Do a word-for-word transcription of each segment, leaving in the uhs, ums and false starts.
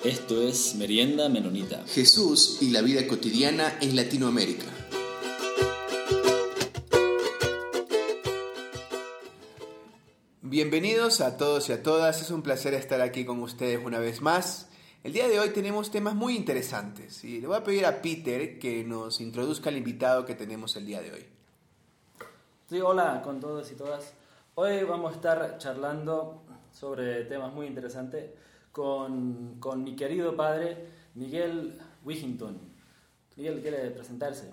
Esto es Merienda Menonita. Jesús y la vida cotidiana en Latinoamérica. Bienvenidos a todos y a todas, es un placer estar aquí con ustedes una vez más. El día de hoy tenemos temas muy interesantes y le voy a pedir a Peter que nos introduzca al invitado que tenemos el día de hoy. Sí, hola con todos y todas. Hoy vamos a estar charlando sobre temas muy interesantes con, con mi querido padre Miguel Wigington. Miguel, ¿quiere presentarse?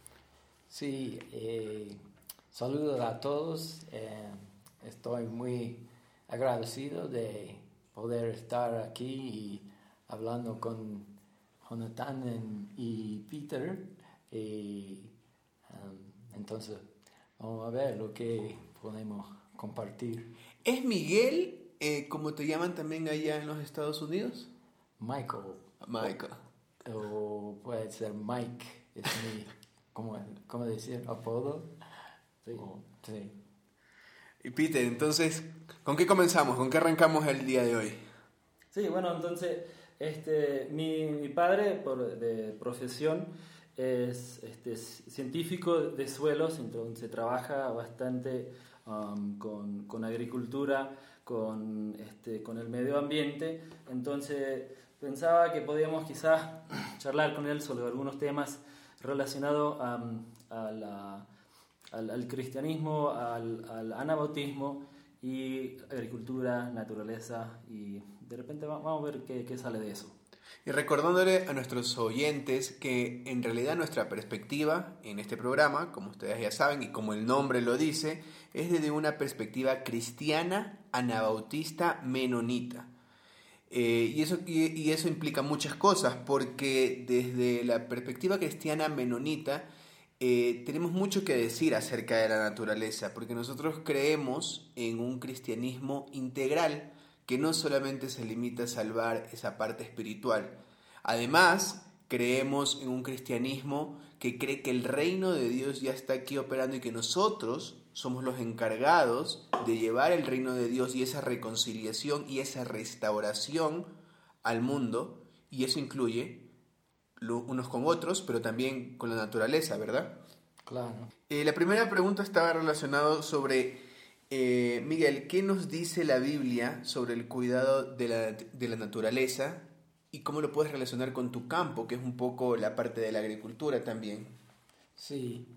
Sí, eh, saludos a todos. Eh, estoy muy agradecido de poder estar aquí y hablando con Jonathan y Peter. Y, um, entonces, vamos a ver lo que podemos compartir. ¿Es Miguel, eh, como te llaman también allá en los Estados Unidos? Michael. Michael. O, o puede ser Mike, es mi, ¿cómo, cómo decir? Apodo. Sí. O, sí. Y Peter, entonces, ¿con qué comenzamos? ¿Con qué arrancamos el día de hoy? Sí, bueno, entonces, este, mi, mi padre por, de profesión es este, científico de suelos, entonces trabaja bastante um, con, con agricultura, con, este, con el medio ambiente. Entonces pensaba que podíamos quizás charlar con él sobre algunos temas relacionados um, a la, al, al cristianismo, al, al anabautismo y agricultura, naturaleza, y de repente vamos a ver qué, qué sale de eso. Y recordándole a nuestros oyentes que en realidad nuestra perspectiva en este programa, como ustedes ya saben y como el nombre lo dice, es desde una perspectiva cristiana, anabautista, menonita. Eh, y, eso, y, y eso implica muchas cosas, porque desde la perspectiva cristiana menonita eh, tenemos mucho que decir acerca de la naturaleza, porque nosotros creemos en un cristianismo integral, que no solamente se limita a salvar esa parte espiritual. Además, creemos en un cristianismo que cree que el reino de Dios ya está aquí operando y que nosotros somos los encargados de llevar el reino de Dios y esa reconciliación y esa restauración al mundo, y eso incluye unos con otros, pero también con la naturaleza, ¿verdad? Claro. Eh, la primera pregunta estaba relacionada sobre... Eh, Miguel, ¿qué nos dice la Biblia sobre el cuidado de la, de la naturaleza y cómo lo puedes relacionar con tu campo, que es un poco la parte de la agricultura también? Sí,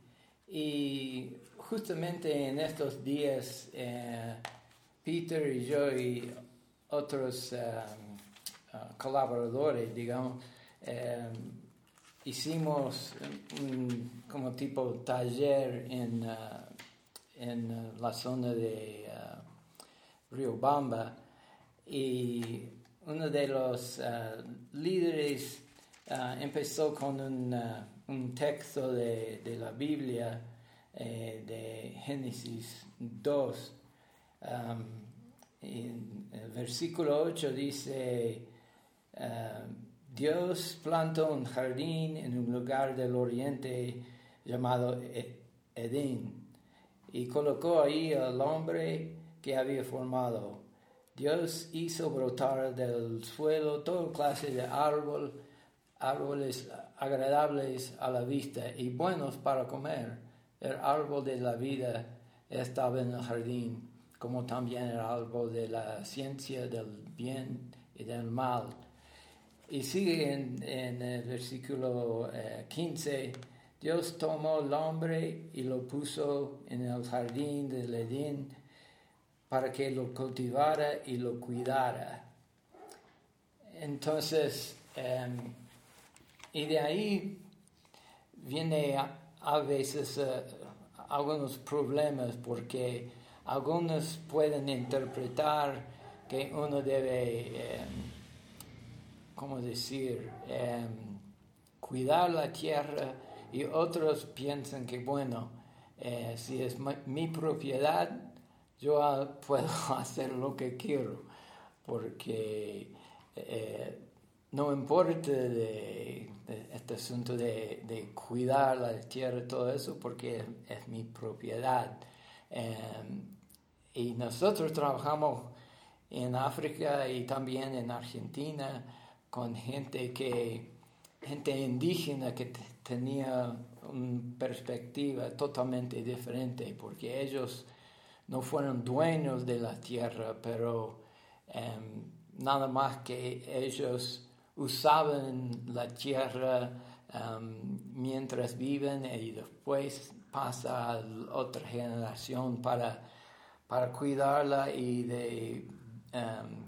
y justamente en estos días eh, Peter y yo y otros uh, uh, colaboradores, digamos, eh, hicimos un como tipo taller en... Uh, en uh, la zona de uh, Riobamba, y uno de los uh, líderes uh, empezó con un, uh, un texto de, de la Biblia, eh, de Génesis dos. Um, en el versículo ocho dice, uh, Dios plantó un jardín en un lugar del oriente llamado Edén, y colocó ahí al hombre que había formado. Dios hizo brotar del suelo toda clase de árbol, árboles agradables a la vista y buenos para comer. El árbol de la vida estaba en el jardín, como también el árbol de la ciencia del bien y del mal. Y sigue en, en el versículo eh, quince, Dios tomó al hombre y lo puso en el jardín del Edén para que lo cultivara y lo cuidara. Entonces, eh, y de ahí viene a, a veces uh, algunos problemas, porque algunos pueden interpretar que uno debe, eh, ¿cómo decir?, eh, cuidar la tierra, y otros piensan que, bueno, eh, si es mi, mi propiedad, yo puedo hacer lo que quiero, porque eh, no importa de, de este asunto de, de cuidar la tierra y todo eso, porque es, es mi propiedad. Eh, y nosotros trabajamos en África y también en Argentina con gente que gente indígena que t- tenía una perspectiva totalmente diferente, porque ellos no fueron dueños de la tierra, pero um, nada más que ellos usaban la tierra um, mientras viven y después pasa a la otra generación para, para cuidarla y de um,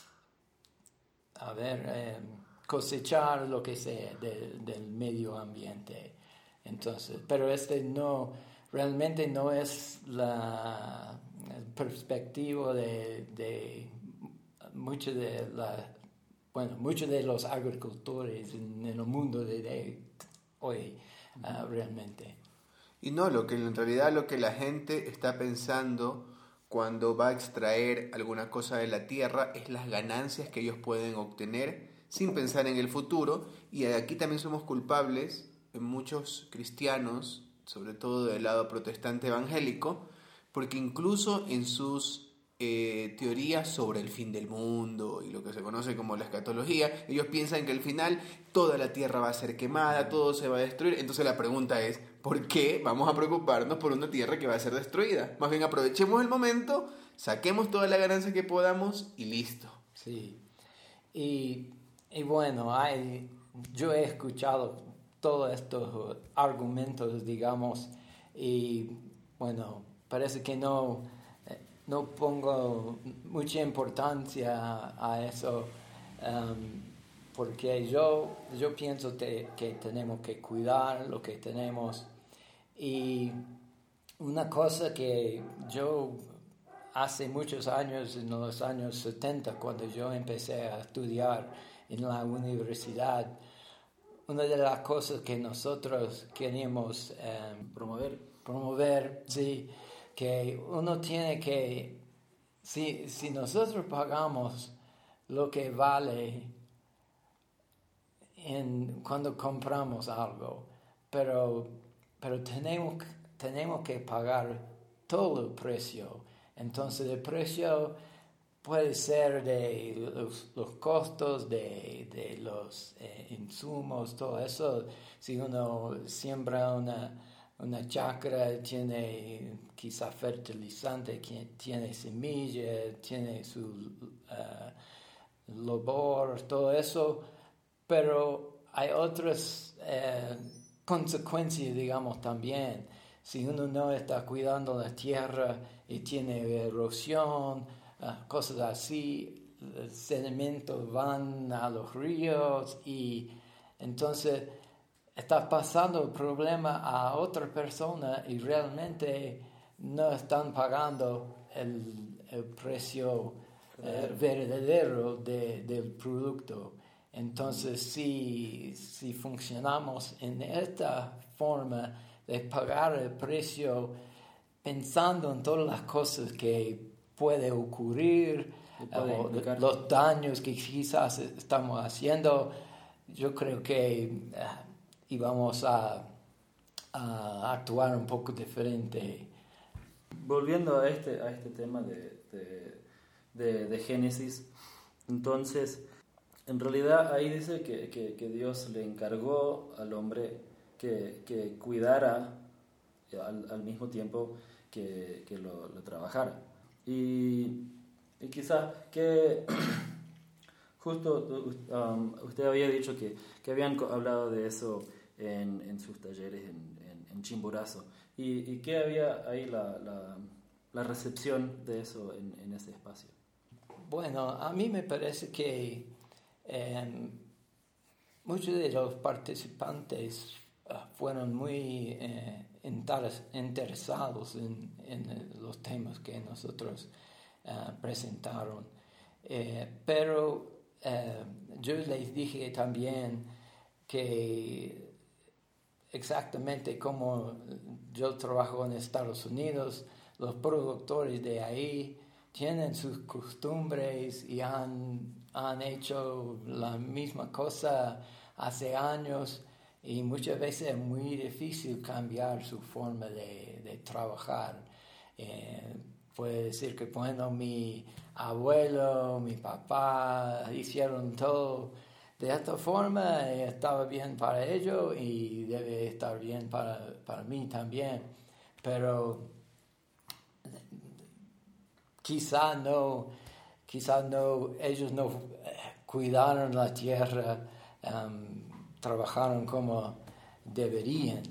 a ver um, cosechar lo que sea de, del medio ambiente. Entonces, pero este no, realmente no es la perspectiva de, de muchos de la, bueno, muchos de los agricultores en, en el mundo de, de hoy, uh, realmente. Y no, lo que en realidad lo que la gente está pensando cuando va a extraer alguna cosa de la tierra es las ganancias que ellos pueden obtener sin pensar en el futuro. Y aquí también somos culpables, en muchos cristianos, sobre todo del lado protestante evangélico, porque incluso en sus eh, teorías sobre el fin del mundo y lo que se conoce como la escatología, ellos piensan que al final toda la tierra va a ser quemada, todo se va a destruir. Entonces la pregunta es, ¿por qué vamos a preocuparnos por una tierra que va a ser destruida? Más bien aprovechemos el momento, saquemos toda la ganancia que podamos y listo. Sí, y, y bueno, hay, yo he escuchado todos estos argumentos, digamos, y bueno, parece que no, no pongo mucha importancia a eso, um, porque yo, yo pienso que, que tenemos que cuidar lo que tenemos. Y una cosa que yo hace muchos años, en los años setenta, cuando yo empecé a estudiar en la universidad, una de las cosas que nosotros queríamos eh, Promover. promover, sí, que uno tiene que, si, si nosotros pagamos lo que vale en, cuando compramos algo, pero, pero tenemos, tenemos que pagar todo el precio. Entonces el precio puede ser de los, los costos de, de los eh, insumos, todo eso. Si uno siembra una, una chacra, tiene quizá fertilizante, tiene semilla, tiene su uh, labor, todo eso, pero hay otras eh, consecuencias, digamos, también. Si uno no está cuidando la tierra y tiene erosión, uh, cosas así, el sedimento van a los ríos y entonces está pasando el problema a otra persona y realmente no están pagando el, el precio eh, verdadero de, del producto. Entonces, si, si funcionamos en esta forma de pagar el precio pensando en todas las cosas que puede ocurrir, o los daños que quizás estamos haciendo, yo creo que uh, íbamos a, a actuar un poco diferente. Volviendo a este, a este tema de, de, de, de Génesis, entonces, en realidad ahí dice que, que, que Dios le encargó al hombre que, que cuidara al, al mismo tiempo que, que lo, lo trabajara. Y, y quizás que justo um, usted había dicho que, que habían hablado de eso en, en sus talleres en, en, en Chimborazo. ¿Y, y qué había ahí la, la, la recepción de eso en, en ese espacio? Bueno, a mí me parece que eh, muchos de los participantes uh, fueron muy eh, interes- interesados en, en los temas que nosotros uh, presentaron. Eh, pero eh, yo les dije también que exactamente como yo trabajo en Estados Unidos, los productores de ahí tienen sus costumbres y han, han hecho la misma cosa hace años y muchas veces es muy difícil cambiar su forma de, de trabajar. Eh, puede decir que, bueno, mi abuelo, mi papá hicieron todo de esta forma eh, estaba bien para ellos y debe estar bien para, para mí también. Pero quizá no, quizá no, ellos no cuidaron la tierra, um, trabajaron como deberían.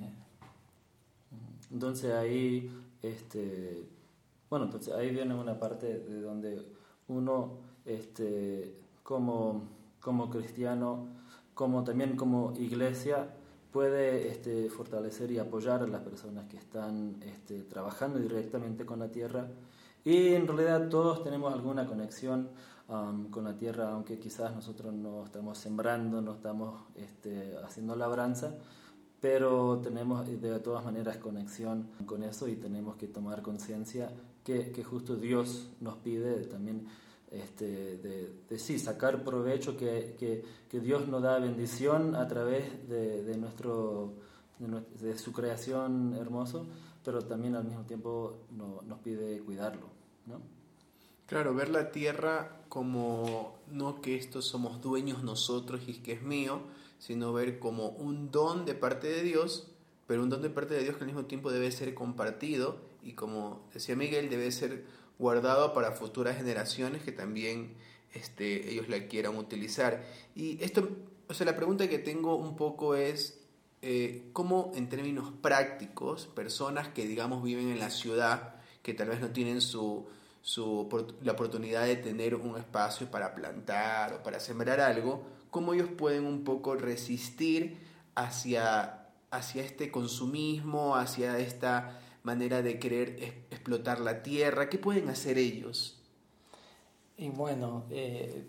Entonces ahí, este, bueno, entonces ahí viene una parte de donde uno, este, como, como cristiano, como también como iglesia, puede este, fortalecer y apoyar a las personas que están este, trabajando directamente con la tierra. Y en realidad todos tenemos alguna conexión um, con la tierra, aunque quizás nosotros no estamos sembrando, no estamos este, haciendo labranza, pero tenemos de todas maneras conexión con eso y tenemos que tomar conciencia que, que justo Dios nos pide también este, de, de sí, sacar provecho, que, que, que Dios nos da bendición a través de, de, nuestro, de, nuestro, de su creación hermoso, pero también al mismo tiempo no, nos pide cuidarlo, ¿no? Claro, ver la tierra como no que estos somos dueños nosotros y que es mío, sino ver como un don de parte de Dios, pero un don de parte de Dios que al mismo tiempo debe ser compartido y, como decía Miguel, debe ser guardado para futuras generaciones que también este, ellos la quieran utilizar. Y esto, o sea, la pregunta que tengo un poco es eh, cómo en términos prácticos, personas que digamos viven en la ciudad, que tal vez no tienen su, su, la oportunidad de tener un espacio para plantar o para sembrar algo, cómo ellos pueden un poco resistir hacia, hacia este consumismo, hacia esta manera de querer es, explotar la tierra. ¿Qué pueden hacer ellos? Y bueno, eh,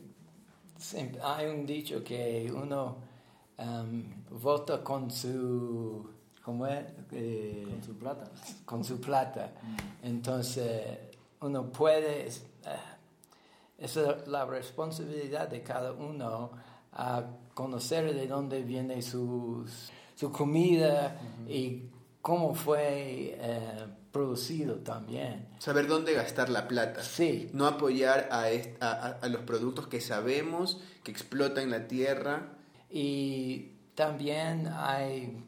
hay un dicho que uno um, vota con su, ¿cómo es? Eh, con su plata. Con su plata. Mm. Entonces, uno puede, uh, esa es la responsabilidad de cada uno, a conocer de dónde viene su, su comida uh-huh. y cómo fue eh, producido también. Saber dónde gastar la plata. Sí. No apoyar a, est- a, a los productos que sabemos que explotan la tierra. Y también hay,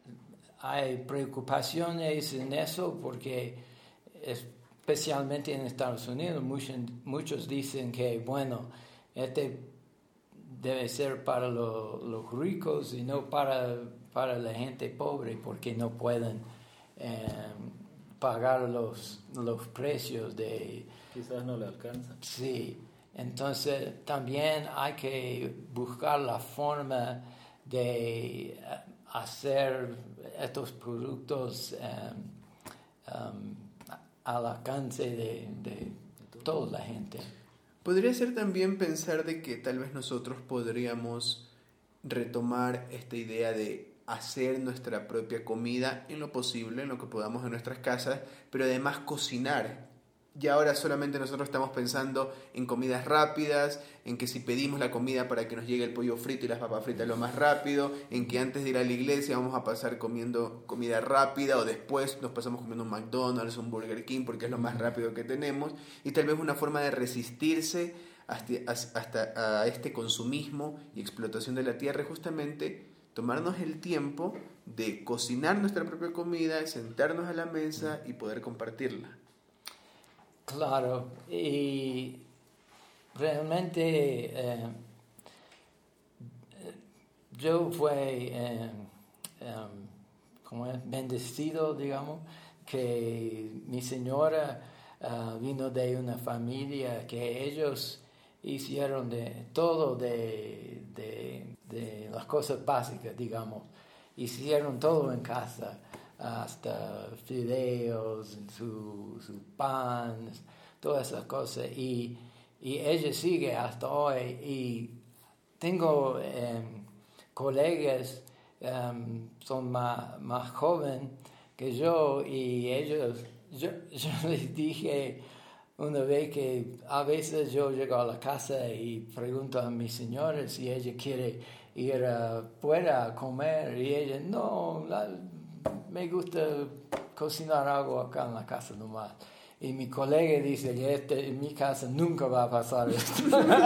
hay preocupaciones en eso porque especialmente en Estados Unidos muchos, muchos dicen que, bueno, este debe ser para lo, los ricos y no para, para la gente pobre, porque no pueden eh, pagar los, los precios de... Quizás no le alcanza. Sí, entonces también hay que buscar la forma de hacer estos productos um, um, al alcance de, de toda la gente. Podría ser también pensar de que tal vez nosotros podríamos retomar esta idea de hacer nuestra propia comida en lo posible, en lo que podamos en nuestras casas, pero además cocinar. Y ahora solamente nosotros estamos pensando en comidas rápidas, en que si pedimos la comida para que nos llegue el pollo frito y las papas fritas lo más rápido, en que antes de ir a la iglesia vamos a pasar comiendo comida rápida o después nos pasamos comiendo un McDonald's, un Burger King porque es lo más rápido que tenemos, y tal vez una forma de resistirse hasta, hasta a este consumismo y explotación de la tierra es justamente tomarnos el tiempo de cocinar nuestra propia comida, sentarnos a la mesa y poder compartirla. Claro, y realmente eh, yo fui eh, um, como es, bendecido, digamos, que mi señora uh, vino de una familia que ellos hicieron de todo de, de, de las cosas básicas, digamos, hicieron todo en casa. Hasta fideos, su, su pan, todas esas cosas. Y, y ella sigue hasta hoy. Y tengo eh, colegas, um, son más, más jóvenes que yo, y ellos, yo, yo les dije una vez que a veces yo llego a la casa y pregunto a mi señora si ella quiere ir afuera a comer, y ella, no, la, me gusta cocinar algo acá en la casa nomás. Y mi colega dice que este, en mi casa nunca va a pasar esto.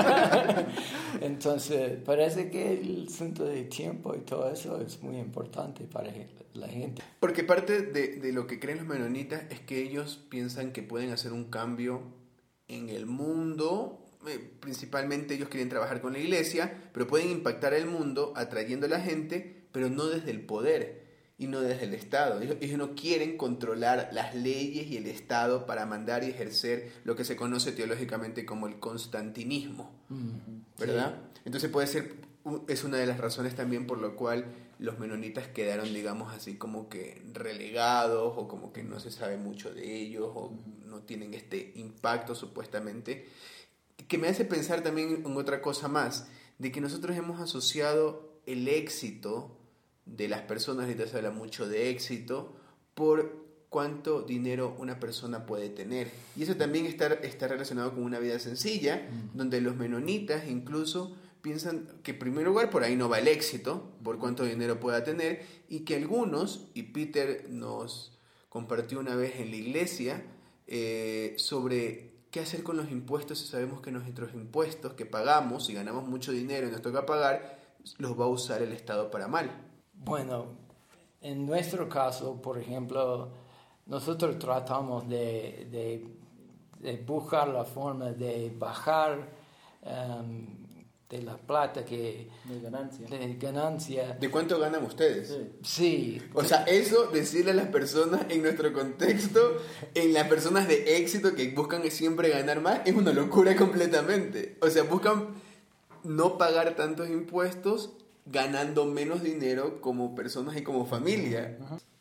Entonces, parece que el asunto de tiempo y todo eso es muy importante para la gente. Porque parte de, de lo que creen los menonitas es que ellos piensan que pueden hacer un cambio en el mundo. Eh, principalmente ellos quieren trabajar con la iglesia, pero pueden impactar el mundo atrayendo a la gente, pero no desde el poder y no desde el Estado. Ellos, ellos no quieren controlar las leyes y el Estado para mandar y ejercer lo que se conoce teológicamente como el constantinismo, mm, ¿verdad? Sí. Entonces puede ser, es una de las razones también por lo cual los menonitas quedaron, digamos así, como que relegados, o como que no se sabe mucho de ellos, o no tienen este impacto supuestamente, que me hace pensar también en otra cosa más, de que nosotros hemos asociado el éxito de las personas, ahorita se habla mucho de éxito, por cuánto dinero una persona puede tener. Y eso también está, está relacionado con una vida sencilla, mm. donde los menonitas incluso piensan que en primer lugar por ahí no va el éxito, por cuánto dinero pueda tener, y que algunos, y Peter nos compartió una vez en la iglesia, eh, sobre qué hacer con los impuestos si sabemos que nuestros impuestos que pagamos, si ganamos mucho dinero y nos toca pagar, los va a usar el Estado para mal. Bueno, en nuestro caso, por ejemplo, nosotros tratamos de, de, de buscar la forma de bajar um, de la plata que... De ganancia. De ganancia. ¿De cuánto ganan ustedes? Sí. sí. O sea, eso decirle a las personas en nuestro contexto, en las personas de éxito que buscan siempre ganar más, es una locura completamente. O sea, buscan no pagar tantos impuestos ganando menos dinero como personas y como familia.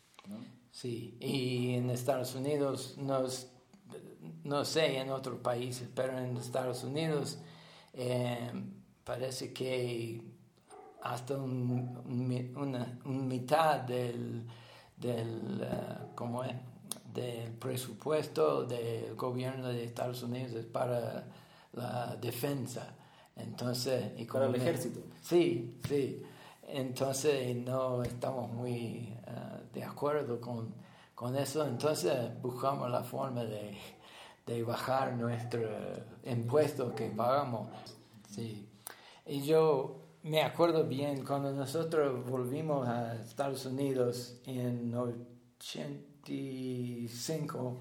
Sí, y en Estados Unidos, no, no sé en otros países, pero en Estados Unidos eh, parece que hasta un, un, una un mitad del, del, uh, ¿cómo es? del presupuesto del gobierno de Estados Unidos es para la defensa. Entonces, y para el me, ejército. Sí, sí. Entonces no estamos muy uh, de acuerdo con, con eso. Entonces buscamos la forma de, de bajar nuestro impuesto que pagamos. Sí. Y yo me acuerdo bien cuando nosotros volvimos a Estados Unidos en ochenta y cinco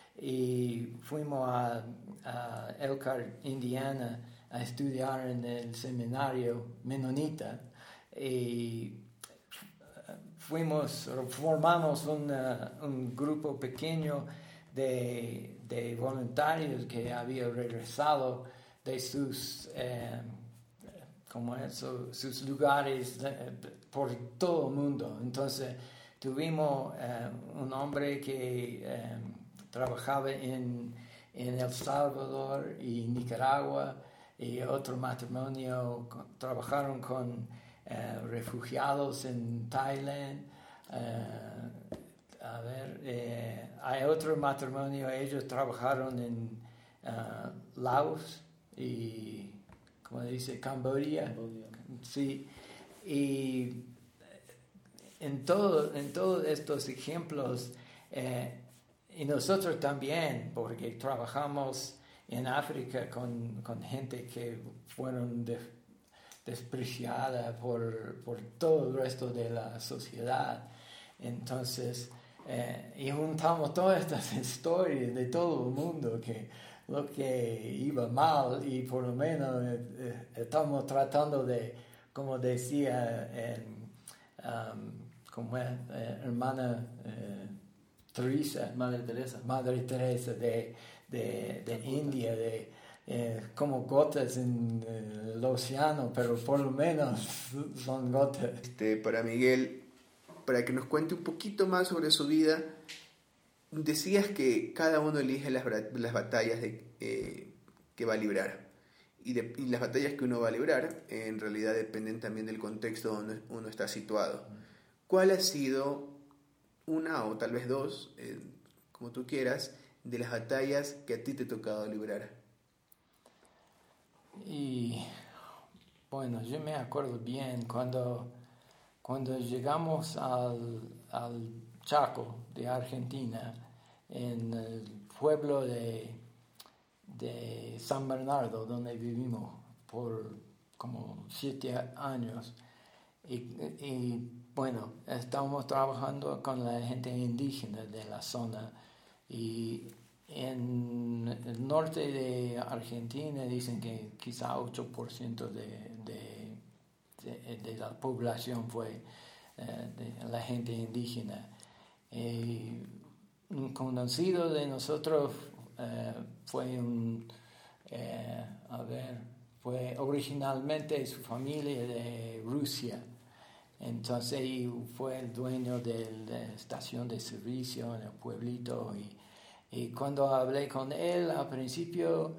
y fuimos a, a Elkhart, Indiana, a estudiar en el seminario menonita, y fuimos, formamos una, un grupo pequeño de, de voluntarios que habían regresado de sus, eh, como eso, sus lugares eh, por todo el mundo. Entonces tuvimos eh, un hombre que eh, trabajaba en, en El Salvador y Nicaragua, y otro matrimonio trabajaron con eh, refugiados en Tailandia. Eh, a ver, eh, hay otro matrimonio, ellos trabajaron en uh, Laos y, ¿cómo dice? Camboya. Camboya. Sí, y en, todo, en todos estos ejemplos, eh, y nosotros también, porque trabajamos en África con, con gente que fueron de, despreciada por, por todo el resto de la sociedad. Entonces, eh, y juntamos todas estas historias de todo el mundo, que lo que iba mal, y por lo menos eh, eh, estamos tratando de, como decía eh, um, como es, eh, hermana eh, Teresa, Madre Teresa, Madre Teresa de de, de India, de eh, como gotas en eh, el océano, pero por lo menos son gotas. Este, para Miguel, para que nos cuente un poquito más sobre su vida, decías que cada uno elige las, las batallas de, eh, que va a librar, y, de, y las batallas que uno va a librar eh, en realidad dependen también del contexto donde uno está situado. ¿Cuál ha sido una o tal vez dos, eh, como tú quieras, de las batallas que a ti te ha tocado librar? Y bueno, yo me acuerdo bien cuando, cuando llegamos al, al Chaco de Argentina en el pueblo de, de San Bernardo, donde vivimos por como siete años. Y, y bueno, estamos trabajando con la gente indígena de la zona. Y en el norte de Argentina dicen que quizá ocho por ciento de, de, de, de la población fue eh, de la gente indígena. Y un conocido de nosotros eh, fue un, eh, a ver, fue originalmente su familia de Rusia. Entonces fue el dueño de la estación de servicio en el pueblito. Y, y cuando hablé con él al principio,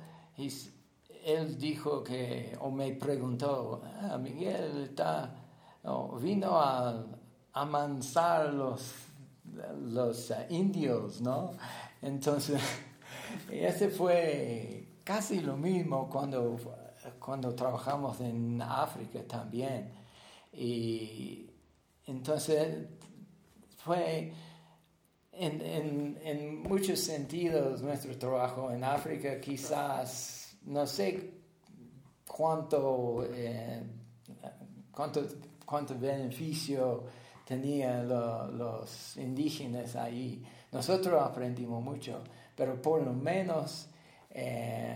él dijo que, o me preguntó, ah, Miguel está, oh, vino a amansar los, los uh, indios, ¿no? Entonces, ese fue casi lo mismo cuando, cuando trabajamos en África también. Y entonces fue en, en, en muchos sentidos nuestro trabajo en África, quizás no sé cuánto eh, cuánto, cuánto beneficio tenían lo, los indígenas ahí. Nosotros aprendimos mucho, pero por lo menos eh,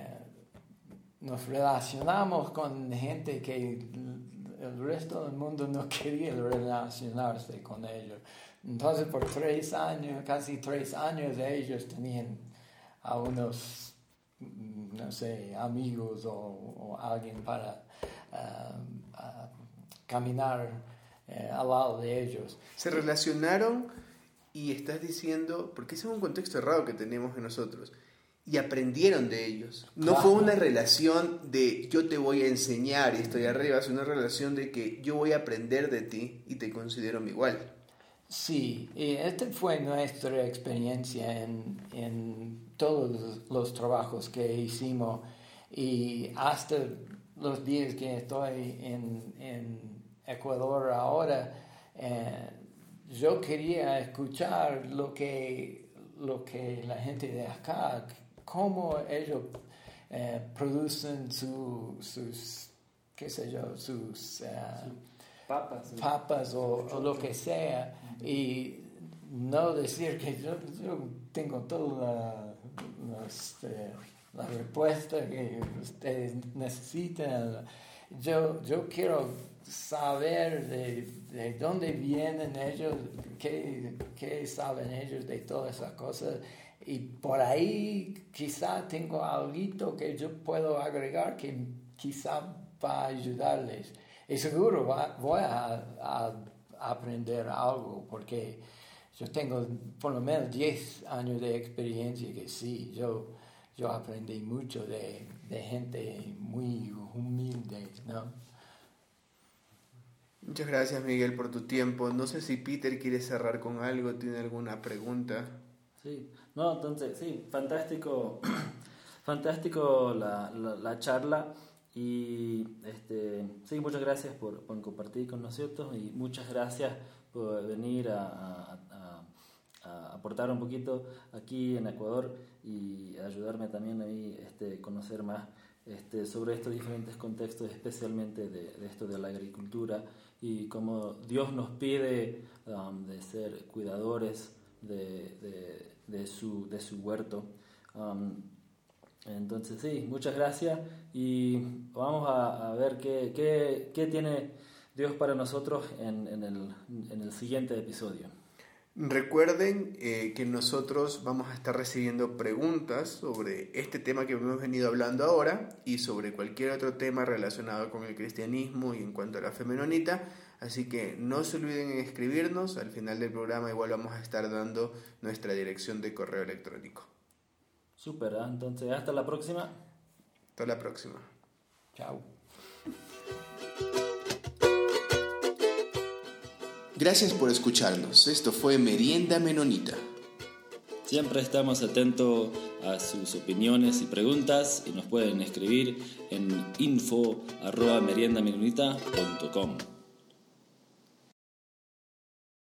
nos relacionamos con gente que el resto del mundo no quería relacionarse con ellos. Entonces por tres años, casi tres años, ellos tenían a unos, no sé, amigos o, o alguien para uh, uh, caminar uh, al lado de ellos. Se relacionaron y estás diciendo, porque ese es un contexto errado que tenemos en nosotros, y aprendieron de ellos. No Claro. fue una relación de yo te voy a enseñar y estoy arriba, es una relación de que yo voy a aprender de ti y te considero mi igual. Sí, y esta fue nuestra experiencia en, en todos los trabajos que hicimos, y hasta los días que estoy en, en Ecuador ahora, eh, yo quería escuchar lo que, lo que la gente de acá, cómo ellos eh, producen su, sus, qué sé yo, sus uh, papas, papas o, o lo que sea, y no decir que yo, yo tengo toda la, las, eh, la respuesta que ustedes necesitan. Yo, yo quiero saber de, de dónde vienen ellos, qué, qué saben ellos de todas esas cosas, y por ahí quizá tengo algo que yo puedo agregar que quizá va a ayudarles. Y seguro va, voy a, a, a aprender algo, porque yo tengo por lo menos diez años de experiencia que sí, yo, yo aprendí mucho de, de gente muy humilde, ¿no? Muchas gracias, Miguel, por tu tiempo. No sé si Peter quiere cerrar con algo, tiene alguna pregunta. Sí, no, entonces, sí, fantástico, fantástico la, la, la charla, y este, sí, muchas gracias por, por compartir con nosotros, y muchas gracias por venir a, a, a, a aportar un poquito aquí en Ecuador y ayudarme también a mí este, conocer más este, sobre estos diferentes contextos, especialmente de, de esto de la agricultura, y cómo Dios nos pide um, de ser cuidadores de, de, de, su, de su huerto. Um, entonces sí, muchas gracias, y vamos a, a ver qué, qué, qué tiene Dios para nosotros en, en, el, en el siguiente episodio. Recuerden eh, que nosotros vamos a estar recibiendo preguntas sobre este tema que hemos venido hablando ahora y sobre cualquier otro tema relacionado con el cristianismo y en cuanto a la fe menonita. Así que no se olviden en escribirnos. Al final del programa igual vamos a estar dando nuestra dirección de correo electrónico. Súper, ¿eh? Entonces hasta la próxima. Hasta la próxima. Chao. Gracias por escucharnos. Esto fue Merienda Menonita. Siempre estamos atentos a sus opiniones y preguntas, y nos pueden escribir en info arroba meriendamenonita punto com.